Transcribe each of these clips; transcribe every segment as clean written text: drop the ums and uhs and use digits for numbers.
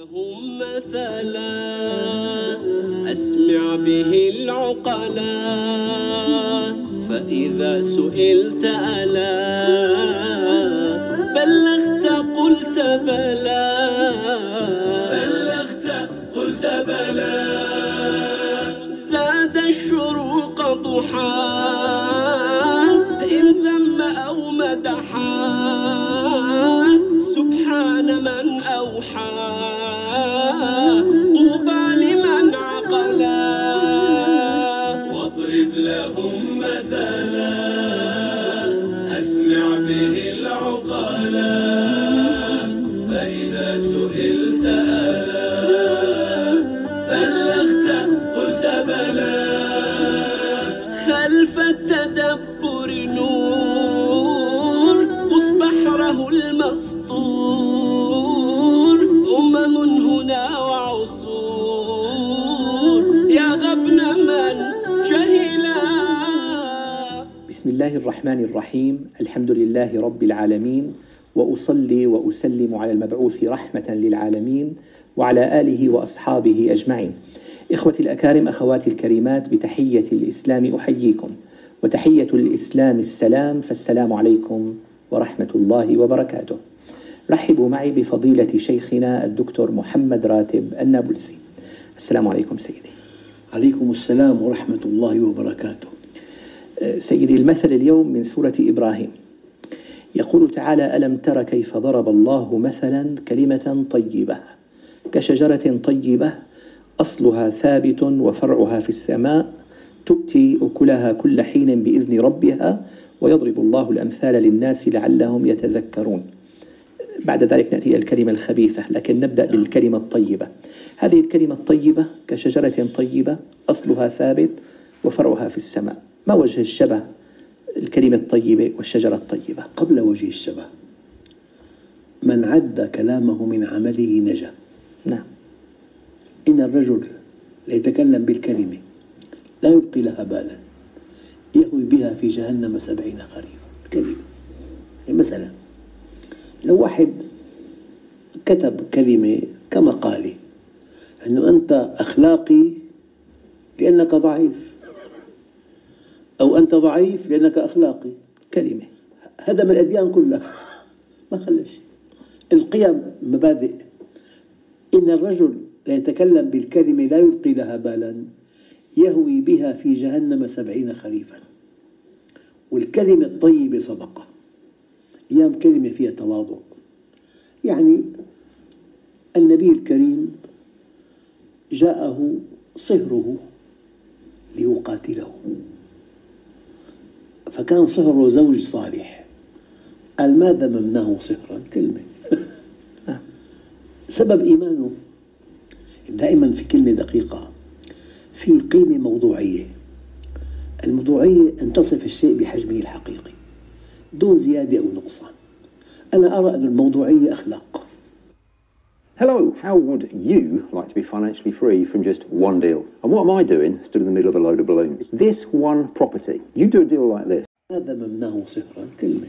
لهم مثلا أسمع به العقلا فإذا سئلت ألا بلغت قلت بلى زاد الشروق ضحى إن ذم أو مدحا سبحان من أوحى طوبى لمن عقلا واضرب لهم مثلا أسمع به العقلا فإذا سئلت ألا بلغت قلت بلى خلف التدبر نور بحره المسطور هنا وعصور يا غبن من جهلا. بسم الله الرحمن الرحيم. الحمد لله رب العالمين، وأصلي وأسلم على المبعوث رحمة للعالمين وعلى آله وأصحابه أجمعين. إخوتي الأكارم، أخواتي الكريمات، بتحية الإسلام أحييكم، وتحية الإسلام السلام، فالسلام عليكم ورحمة الله وبركاته. رحبوا معي بفضيلة شيخنا الدكتور محمد راتب النابلسي. السلام عليكم سيدي. عليكم السلام ورحمة الله وبركاته. سيدي، المثل اليوم من سورة إبراهيم، يقول تعالى: ألم تر كيف ضرب الله مثلا كلمة طيبة كشجرة طيبة أصلها ثابت وفرعها في السماء تؤتي أكلها كل حين بإذن ربها ويضرب الله الأمثال للناس لعلهم يتذكرون. بعد ذلك نأتي الكلمة الخبيثة، لكن نبدأ بالكلمة الطيبة. هذه الكلمة الطيبة كشجرة طيبة أصلها ثابت وفرعها في السماء. ما وجه الشبه الكلمة الطيبة والشجرة الطيبة؟ قبل وجه الشبه، من عد كلامه من عمله نجا. نعم. إن الرجل ليتكلم بالكلمة لا يلقي لها بالا يهوي بها في جهنم 70 خريفا. كلمة يعني مثلا لو واحد كتب كلمة كمقالة أنه أنت أخلاقي لأنك ضعيف، أو أنت ضعيف لأنك أخلاقي، كلمة هدم الأديان كلها، ما خلى شيء. القيم مبادئ. إن الرجل لا يتكلم بالكلمة لا يلقي لها بالا يهوي بها في جهنم 70 خريفا. والكلمة الطيبة صدقة. أيام كلمة فيها تواضع. يعني النبي الكريم جاءه صهره ليقاتله، فكان صهره زوج صالح. قال: ما ذممناه صهرا، كلمة. سبب إيمانه دائما في كلمة دقيقة، في قيمة موضوعية. الموضوعية أن تصف الشيء بحجمه الحقيقي دون زيادة أو نقصان. أنا أرى أن الموضوعية أخلاق. Hello, how would you like to be financially free from just one deal? And what am I doing stood in the middle of a load of balloons? This one property. You do a deal like this. هذا ممناه صهرا، كلمة.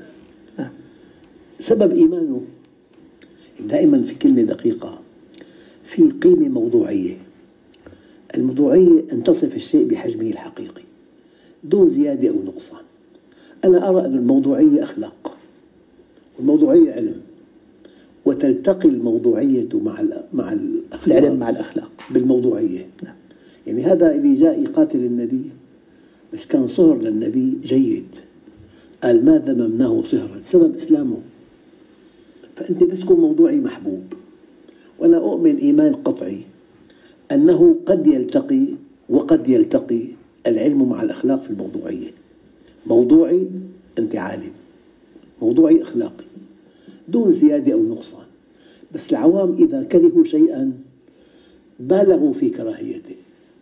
سبب إيمانه دائما في كلمة دقيقة، في قيمة موضوعية. الموضوعية أن تصف الشيء بحجمه الحقيقي دون زيادة أو نقصان. أنا أرى أن الموضوعية أخلاق، والموضوعية علم، وتلتقي الموضوعية مع الأخلاق، العلم مع الأخلاق بالموضوعية. نعم. يعني هذا اللي جاء يقاتل النبي بس كان صهر للنبي جيد، قال: ما ذممناه صهرا، سبب إسلامه. فأنت بس كن موضوعي محبوب. وأنا أؤمن إيمان قطعي أنه قد يلتقي وقد يلتقي العلم مع الأخلاق في الموضوعية. موضوعي أنت عالم، موضوعي أخلاقي دون زيادة أو نقصان. بس العوام إذا كرهوا شيئا بالغوا في كراهيته.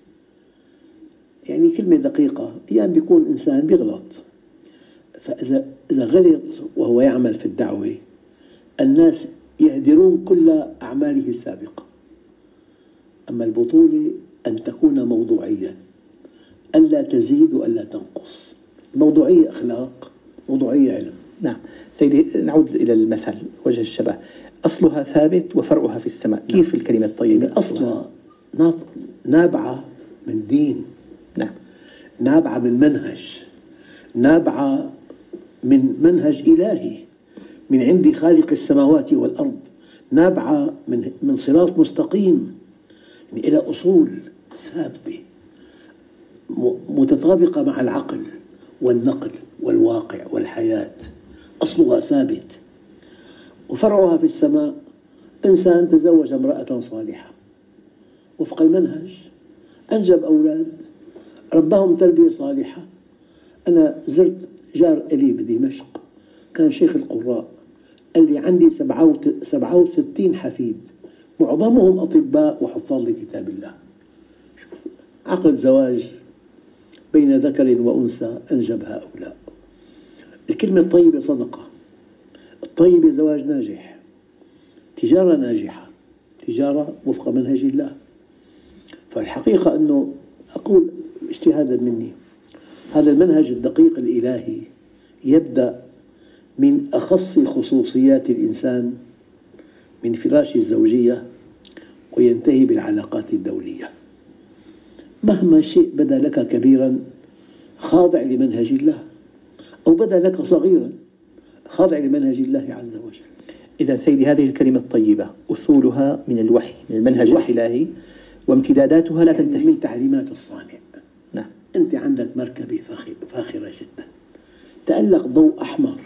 يعني كلمة دقيقة، أيام بيكون إنسان بيغلط، فإذا غلط وهو يعمل في الدعوة الناس يهدرون كل أعماله السابقة. أما البطولة أن تكون موضوعيا، ألا تزيد وألا تنقص. موضوعية أخلاق، موضوعية علم. نعم سيدي، نعود إلى المثل وجه الشبه. أصلها ثابت وفرعها في السماء. كيف الكلمة الطيبة؟ أصلها نابعة من دين، نعم، نابعة من منهج، نابعة من منهج إلهي من عند خالق السماوات والأرض، نابعة من صراط مستقيم، يعني إلى أصول ثابتة متطابقة مع العقل والنقل والواقع والحياة. أصلها ثابت. وفرعها في السماء، إنسان تزوج امرأة صالحة وفق المنهج، أنجب أولاد، ربهم تربية صالحة. أنا زرت جار إلي بدمشق كان شيخ القراء، قال لي عندي 67 حفيد معظمهم أطباء وحفاظ لكتاب الله. عقد زواج بين ذكر وأنثى أنجب هؤلاء. الكلمة الطيبة صدقة، الطيبة زواج ناجح، تجارة ناجحة، تجارة وفق منهج الله. فالحقيقة أنه أقول اجتهادا مني، هذا المنهج الدقيق الإلهي يبدأ من أخص خصوصيات الإنسان من فراش الزوجية وينتهي بالعلاقات الدولية. مهما شيء بدا لك كبيرا خاضع لمنهج الله، أو بدا لك صغيرا خاضع لمنهج الله عز وجل. إذا سيدي هذه الكلمة الطيبة أصولها من الوحي، من المنهج الإلهي، وامتداداتها لا تنتهي من تعليمات الصانع. نعم. أنت عندك مركبة فاخرة جدا، تألق ضوء أحمر،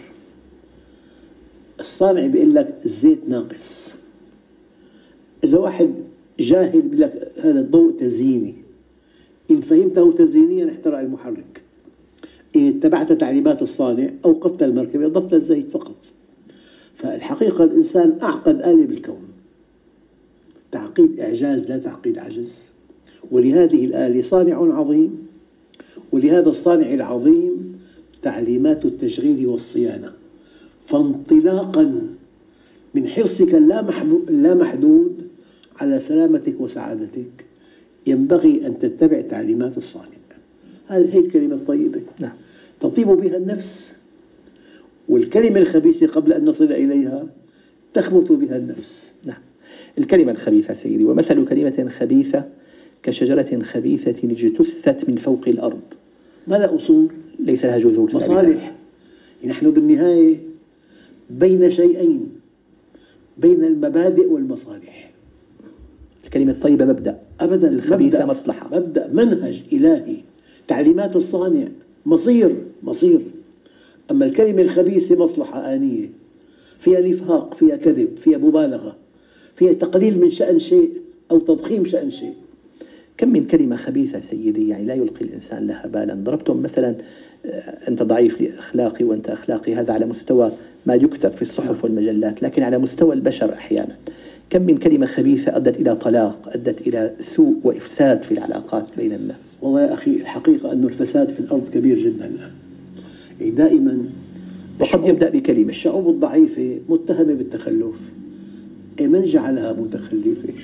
الصانع بيقول لك الزيت ناقص. إذا واحد جاهل بيقول لك هذا الضوء تزييني، إن فهمته تزيينيا احترق المحرك، إن اتبعت تعليمات الصانع أوقفت المركبة أضفت الزيت فقط. فالحقيقة الإنسان أعقد آلة بالكون، تعقيد إعجاز لا تعقيد عجز. ولهذه الآلة صانع عظيم، ولهذا الصانع العظيم تعليمات التشغيل والصيانة. فانطلاقا من حرصك اللامحدود على سلامتك وسعادتك ينبغي أن تتبع تعليمات الصانع. هذه هي الكلمة الطيبة، نعم، تطيب بها النفس. والكلمة الخبيثة قبل أن نصل إليها تخبط بها النفس. نعم. الكلمة الخبيثة سيدي، ومثل كلمة خبيثة كشجرة خبيثة اجتثت من فوق الأرض، ما لها أصول، ليس لها جذور، مصالح. نحن بالنهاية بين شيئين، بين المبادئ والمصالح. الكلمة الطيبة مبدأ، أبدا، الخبيثة مصلحة، مبدأ، منهج إلهي، تعليمات الصانع، مصير. أما الكلمة الخبيثة مصلحة آنية، فيها نفاق، فيها كذب، فيها مبالغة، فيها تقليل من شأن شيء أو تضخيم شأن شيء. كم من كلمة خبيثة سيدي يعني لا يلقي الإنسان لها بالا. ضربتم مثلا أنت ضعيف لأخلاقي وأنت أخلاقي، هذا على مستوى ما يكتب في الصحف والمجلات، لكن على مستوى البشر أحيانا كم من كلمة خبيثة أدت إلى طلاق، أدت إلى سوء وإفساد في العلاقات بين الناس. والله يا أخي الحقيقة أن الفساد في الأرض كبير جدا الآن. يعني دائما وقد يبدأ بكلمة. الشعوب الضعيفة متهمة بالتخلف. من جعلها متخلفة؟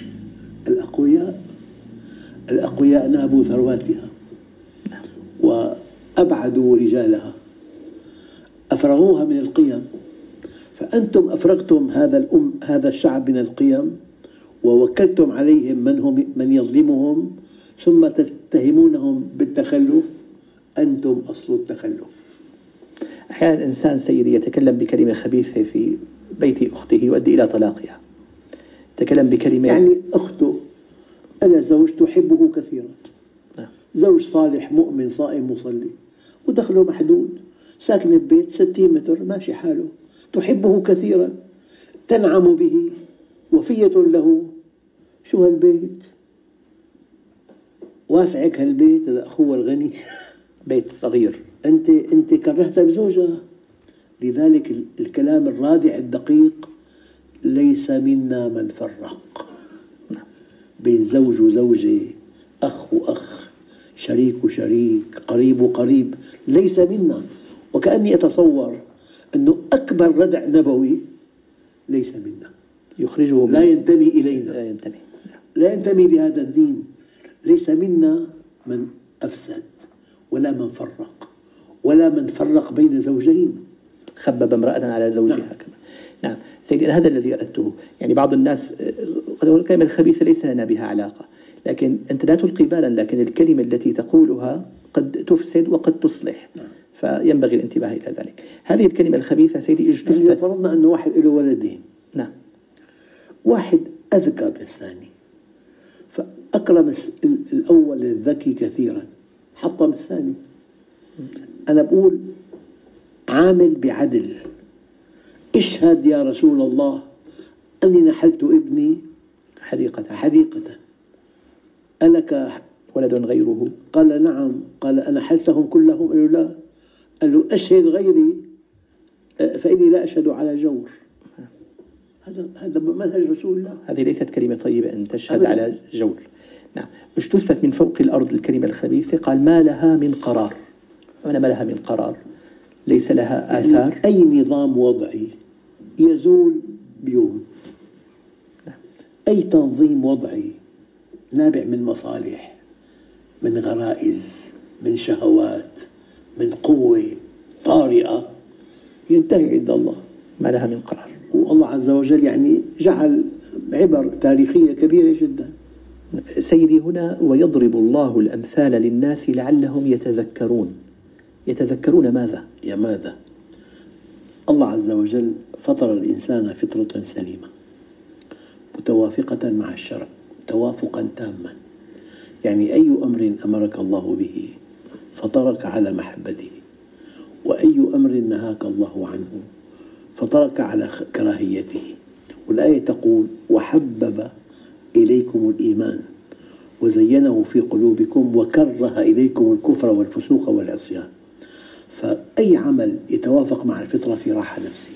الأقوياء نهبوا ثرواتها وأبعدوا رجالها، أفرغوها من القيم. فأنتم أفرغتم هذا الشعب من القيم ووكلتم عليهم من يظلمهم، ثم تتهمونهم بالتخلف. أنتم أصل التخلف. أحيانا الإنسان سيدي يتكلم بكلمة خبيثة في بيت أخته يؤدي إلى طلاقها. تكلم بكلمة يعني أخته، أنا زوج تحبه كثيرا، زوج صالح مؤمن صائم مصلي ودخله محدود، ساكن ببيت 60 متر ماشي حاله، تحبه كثيرا، تنعم به، وفية له. شو هالبيت؟ واسعك هالبيت، هذا أخوه الغني بيت صغير. أنت كرهت بزوجها. لذلك الكلام الرادع الدقيق: ليس منا من فرق بين زوج وزوجة، أخ وأخ، شريك وشريك، قريب وقريب، ليس منا. وكأني أتصور أنه أكبر ردع نبوي ليس منا، يخرجه لا ينتمي إلينا، لا ينتمي لهذا الدين. ليس منا من أفسد، ولا من فرق، ولا من فرق بين زوجين، خبب امرأة على زوجها. نعم. كما نعم سيدي، هذا الذي أردته. يعني بعض الناس قد يقول الكلمة الخبيثة ليس لنا بها علاقة، لكن أنت لا تلقي بالا، لكن الكلمة التي تقولها قد تفسد وقد تصلح، فينبغي الانتباه إلى ذلك. هذه الكلمة الخبيثة سيدي اجتثت. يعني فرضنا أنه واحد له ولدين، نعم، واحد أذكى من الثاني، فأكرم الأول الذكي كثيرا، حطم الثاني. أنا بقول عامل بعدل، اشهد يا رسول الله أني نحلت ابني حديقة ألك ولد غيره؟ قال نعم. قال أنا حلتهم كلهم؟ قال له لا. قال له أشهد غيري فإني لا أشهد على جور. هذا منهج رسول الله. هذه ليست كلمة طيبة أن تشهد على جور. نعم، اجتثت من فوق الأرض الكلمة الخبيثة. قال ما لها من قرار. ما لها من قرار؟ ليس لها آثار. يعني أي نظام وضعي يزول بيوم. أي تنظيم وضعي نابع من مصالح، من غرائز، من شهوات، من قوة طارئة، ينتهي عند الله. ما لها من قرار. والله عز وجل يعني جعل عبر تاريخية كبيرة جدا. سيدي، هنا ويضرب الله الأمثال للناس لعلهم يتذكرون. يتذكرون ماذا؟ يا ماذا؟ الله عز وجل فطر الإنسان فطرة سليمة متوافقة مع الشرع توافقا تاما. يعني أي أمر أمرك الله به فطرك على محبته، وأي أمر نهاك الله عنه فطرك على كراهيته. والآية تقول وحبب إليكم الإيمان وزينه في قلوبكم وكره إليكم الكفر والفسوق والعصيان. فأي عمل يتوافق مع الفطرة في راحة نفسية.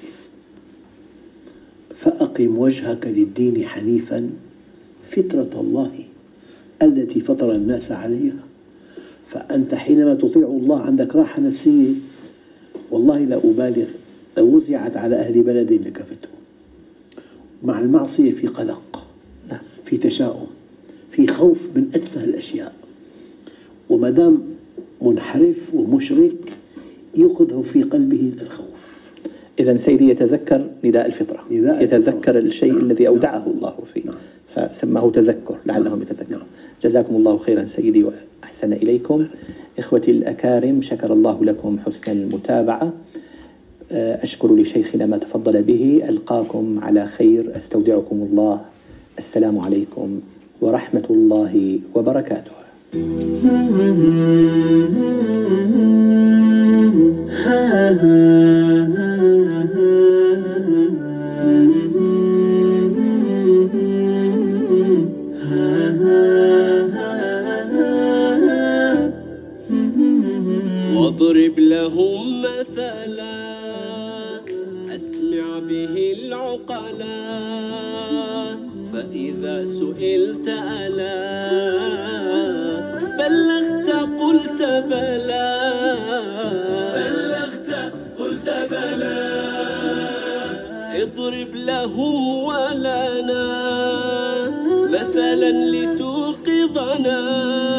فأقم وجهك للدين حنيفا فطرة الله التي فطر الناس عليها. فأنت حينما تطيع الله عندك راحة نفسية. والله لا أبالغ، لو وزعت على أهل بلد لكفتهم. مع المعصية في قلق، في تشاؤم، في خوف من أتفه الأشياء. ومدام منحرف ومشرك يقذف في قلبه الخوف. إذن سيدي يتذكر نداء الفطرة، يتذكر الشيء الذي أودعه الله فيه، فسماه تذكر لعلهم يتذكرون. جزاكم الله خيرا سيدي وأحسن إليكم. إخوتي الأكارم، شكر الله لكم حسن المتابعة. أشكر لشيخنا ما تفضل به. ألقاكم على خير، أستودعكم الله. السلام عليكم ورحمة الله وبركاته. واضرب لهم مثلا أسمع به العقلاء، فإذا سئلت ألا بلغت قلت بلى، اضرب لهم ولنا مثلا لتوقظنا.